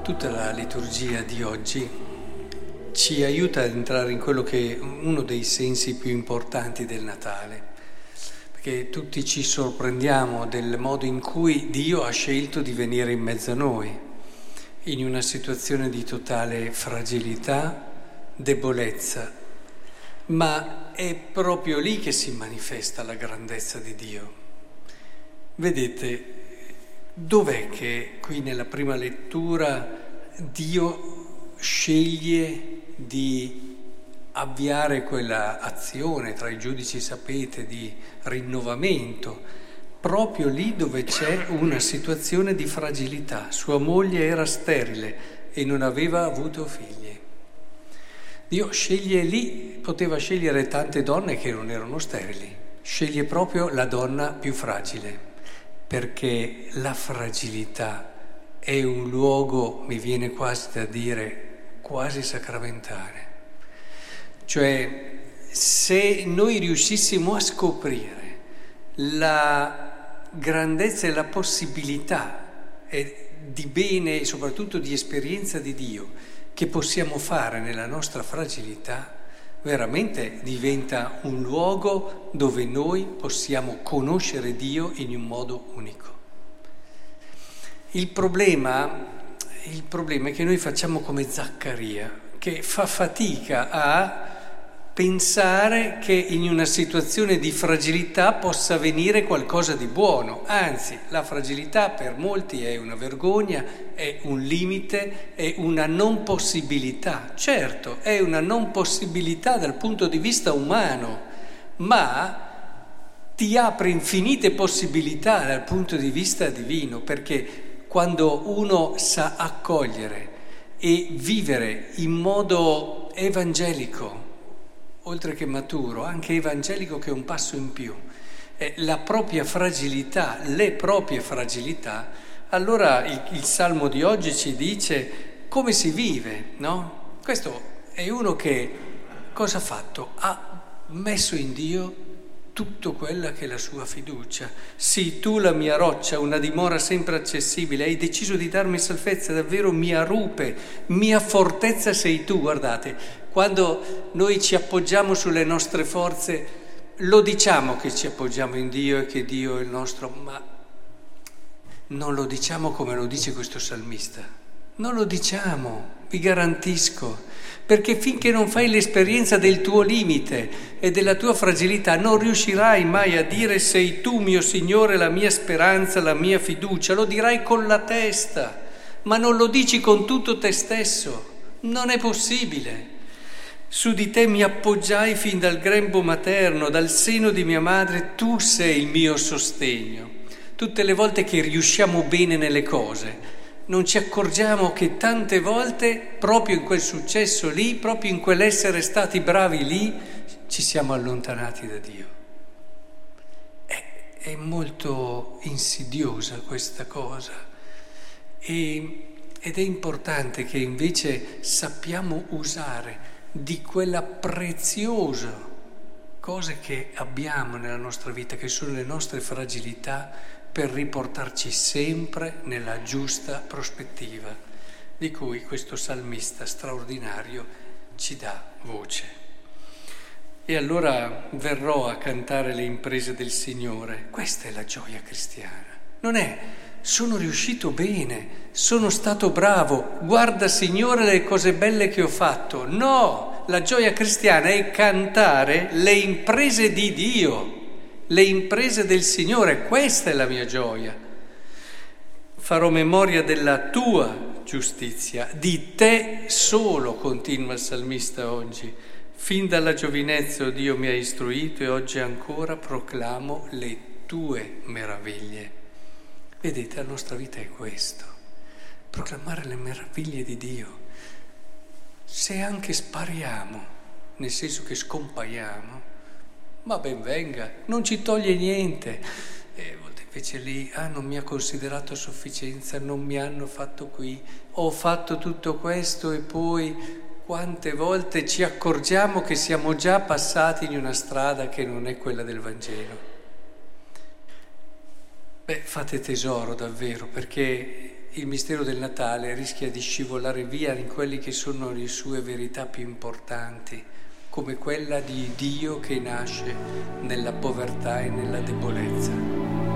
Tutta la liturgia di oggi ci aiuta ad entrare in quello che è uno dei sensi più importanti del Natale, perché tutti ci sorprendiamo del modo in cui Dio ha scelto di venire in mezzo a noi, in una situazione di totale fragilità, debolezza, ma è proprio lì che si manifesta la grandezza di Dio. Vedete, dov'è che qui nella prima lettura Dio sceglie di avviare quella azione tra i giudici, sapete, di rinnovamento, proprio lì dove c'è una situazione di fragilità. Sua moglie era sterile e non aveva avuto figli. Dio sceglie lì, poteva scegliere tante donne che non erano sterili, sceglie proprio la donna più fragile, perché la fragilità è un luogo, mi viene quasi da dire, quasi sacramentale. Cioè, se noi riuscissimo a scoprire la grandezza e la possibilità di bene e soprattutto di esperienza di Dio che possiamo fare nella nostra fragilità, veramente diventa un luogo dove noi possiamo conoscere Dio in un modo unico. Il problema è che noi facciamo come Zaccaria, che fa fatica a pensare che in una situazione di fragilità possa venire qualcosa di buono. Anzi, la fragilità per molti è una vergogna, è un limite, è una non possibilità. Certo, è una non possibilità dal punto di vista umano, ma ti apre infinite possibilità dal punto di vista divino, perché quando uno sa accogliere e vivere in modo evangelico, oltre che maturo, anche evangelico, che è un passo in più, la propria fragilità, le proprie fragilità, allora il Salmo di oggi ci dice come si vive, no? Questo è uno che cosa ha fatto? Ha messo in Dio tutto quella che è la sua fiducia. Sì, tu la mia roccia, una dimora sempre accessibile, hai deciso di darmi salvezza, davvero mia rupe, mia fortezza sei tu. Guardate, quando noi ci appoggiamo sulle nostre forze, lo diciamo che ci appoggiamo in Dio e che Dio è il nostro, ma non lo diciamo come lo dice questo salmista. Non lo diciamo, vi garantisco, perché finché non fai l'esperienza del tuo limite e della tua fragilità non riuscirai mai a dire sei tu mio Signore, la mia speranza, la mia fiducia. Lo dirai con la testa, ma non lo dici con tutto te stesso. Non è possibile. Su di te mi appoggiai fin dal grembo materno, dal seno di mia madre, tu sei il mio sostegno. Tutte le volte che riusciamo bene nelle cose, non ci accorgiamo che tante volte, proprio in quel successo lì, proprio in quell'essere stati bravi lì, ci siamo allontanati da Dio. È molto insidiosa questa cosa ed è importante che invece sappiamo usare di quella preziosa cose che abbiamo nella nostra vita, che sono le nostre fragilità, per riportarci sempre nella giusta prospettiva, di cui questo salmista straordinario ci dà voce. E allora verrò a cantare le imprese del Signore. Questa è la gioia cristiana. Non è sono riuscito bene, sono stato bravo, guarda Signore le cose belle che ho fatto. No, la gioia cristiana è cantare le imprese di Dio, le imprese del Signore. Questa è la mia gioia. Farò memoria della tua giustizia, di te solo, continua il salmista oggi. Fin dalla giovinezza, oh Dio, mi hai istruito e oggi ancora proclamo le tue meraviglie. Vedete, la nostra vita è questo, proclamare le meraviglie di Dio. Se anche spariamo, nel senso che scompaiamo, ma ben venga, non ci toglie niente. E a volte invece lì, non mi ha considerato a sufficienza, non mi hanno fatto qui, ho fatto tutto questo e poi quante volte ci accorgiamo che siamo già passati in una strada che non è quella del Vangelo. Fate tesoro davvero, perché il mistero del Natale rischia di scivolare via in quelli che sono le sue verità più importanti, come quella di Dio che nasce nella povertà e nella debolezza.